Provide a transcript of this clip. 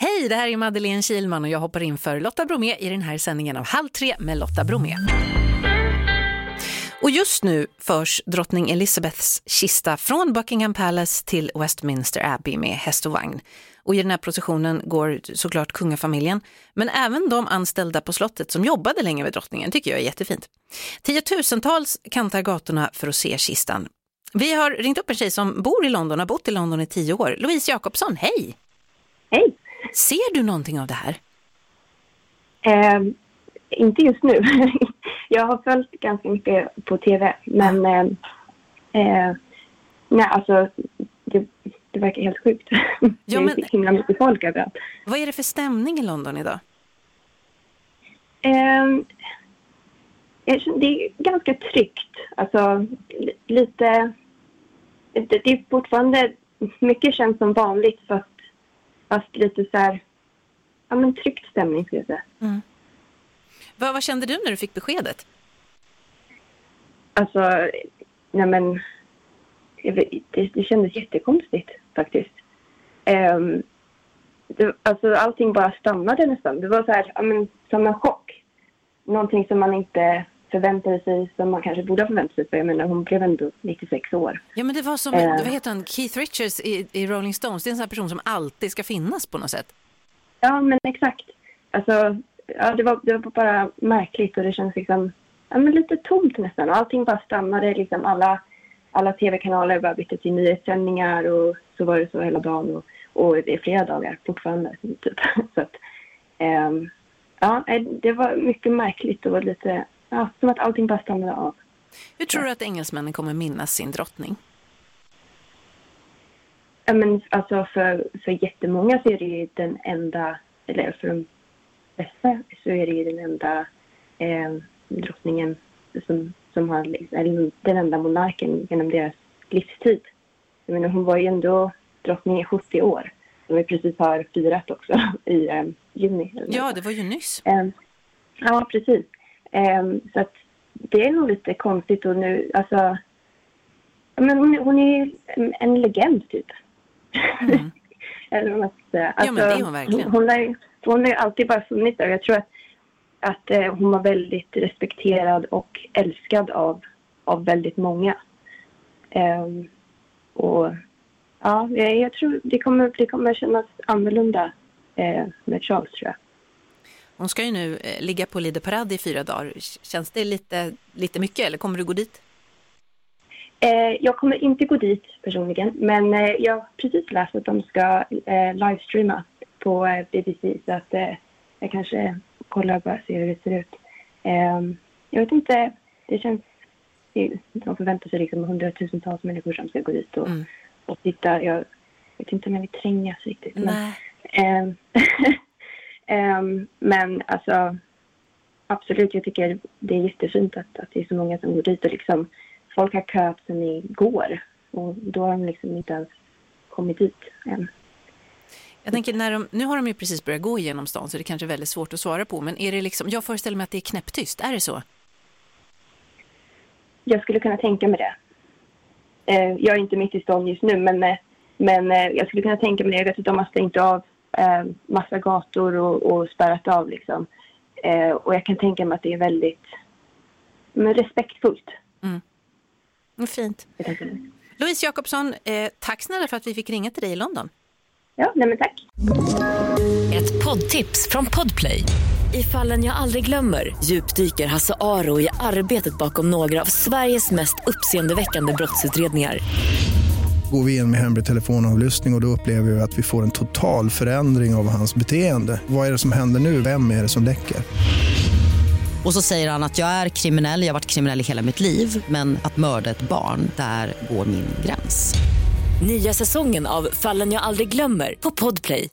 Hej, det här är Madeleine Kilman och jag hoppar in för Lotta Bromé i den här sändningen av 2:30 med Lotta Bromé. Och just nu förs drottning Elizabeths kista från Buckingham Palace till Westminster Abbey med häst och vagn. Och i den här processionen går såklart kungafamiljen, men även de anställda på slottet som jobbade länge med drottningen tycker jag är jättefint. 10-tusentals kantar gatorna för att se kistan. Vi har ringt upp en tjej som bor i London, har bott i London i 10 år. Louise Jakobsson, hej! Hej! Ser du någonting av det här? Inte just nu. Jag har följt ganska mycket på tv, men nej, alltså det verkar helt sjukt. Ja, men... Det är himla mycket folk överallt. Vad är det för stämning i London idag? Det är ganska tryggt. Alltså lite... Det är fortfarande... Mycket känns som vanligt, fast lite så här... Ja, men tryggt stämning skulle jag säga. Mm. Vad kände du när du fick beskedet? Alltså, nej men... Det kändes jättekonstigt faktiskt. Alltså allting bara stannade nästan. Det var så här, ja, men, som en chock. Någonting som man inte förväntade sig, som man kanske borde ha förväntat sig. För jag menar, hon blev ändå 96 år. Ja, men det var som, vad heter han? Keith Richards i Rolling Stones. Det är en sån här person som alltid ska finnas på något sätt. Ja, men exakt. Alltså, ja, det var bara märkligt och det kändes liksom, ja, men lite tomt nästan. Och allting bara stannade, liksom alla tv-kanaler bara bytte till nyhetssändningar och så var det så hela dagen och det är flera dagar fortfarande typ. Så att, ja, det var mycket märkligt och lite, ja, som att allting bara stannade av. Hur tror du att engelsmännen kommer minnas sin drottning? Ja, men alltså för jättemånga så är det ju den enda, eller för de flesta så är det ju den enda drottningen som har, eller den enda monarken genom deras livstid. Jag menar, hon var ju ändå drottning i 70 år. Som vi precis har firat också i juni. Ja, det var ju nyss. Ja, precis. Så att det är nog lite konstigt och nu, alltså, men hon är ju en legend typ. Mm. Eller vad man ska säga. Alltså, ja, men det är hon verkligen. Hon har ju alltid bara funnits där. Jag tror att hon var väldigt respekterad och älskad av väldigt många. Och ja, jag tror det kommer kännas annorlunda med Charles, tror jag. Hon ska ju nu ligga på Lider Parade i 4 dagar. Känns det lite mycket, eller kommer du gå dit? Jag kommer inte gå dit personligen, men jag har precis läst att de ska livestreama på BBC, så att jag kanske kollar och bara ser hur det ser ut. Jag vet inte, det känns... De förväntar sig liksom 100,000-tals människor som ska gå dit och titta. Jag vet inte om jag vill trängas riktigt. Men alltså, absolut, jag tycker det är jättefint att det är så många som går dit. Och liksom, folk har köpt sedan igår och då har de liksom inte ens kommit dit än. Jag tänker, nu har de ju precis börjat gå igenom stan, så det är kanske väldigt svårt att svara på. Men är det liksom, jag föreställer mig att det är knäpptyst, är det så? Jag skulle kunna tänka mig det. Jag är inte mitt i stan just nu, men jag skulle kunna tänka mig det. Jag vet att de har stängt av massa gator och spärrat av liksom. Och jag kan tänka mig att det är väldigt respektfullt. Mm. Fint. Louise Jakobsson, tack snälla för att vi fick ringa till dig i London. Ja, nej men tack. Ett poddtips från Podplay. I Fallen jag aldrig glömmer djupdyker Hasse Aro i arbetet bakom några av Sveriges mest uppseendeväckande brottsutredningar. Går vi in med hemlig telefonavlyssning och då upplever vi att vi får en total förändring av hans beteende. Vad är det som händer nu? Vem är det som läcker? Och så säger han att jag är kriminell, jag har varit kriminell i hela mitt liv. Men att mörda ett barn, där går min gräns. Nya säsongen av Fallen jag aldrig glömmer på Podplay.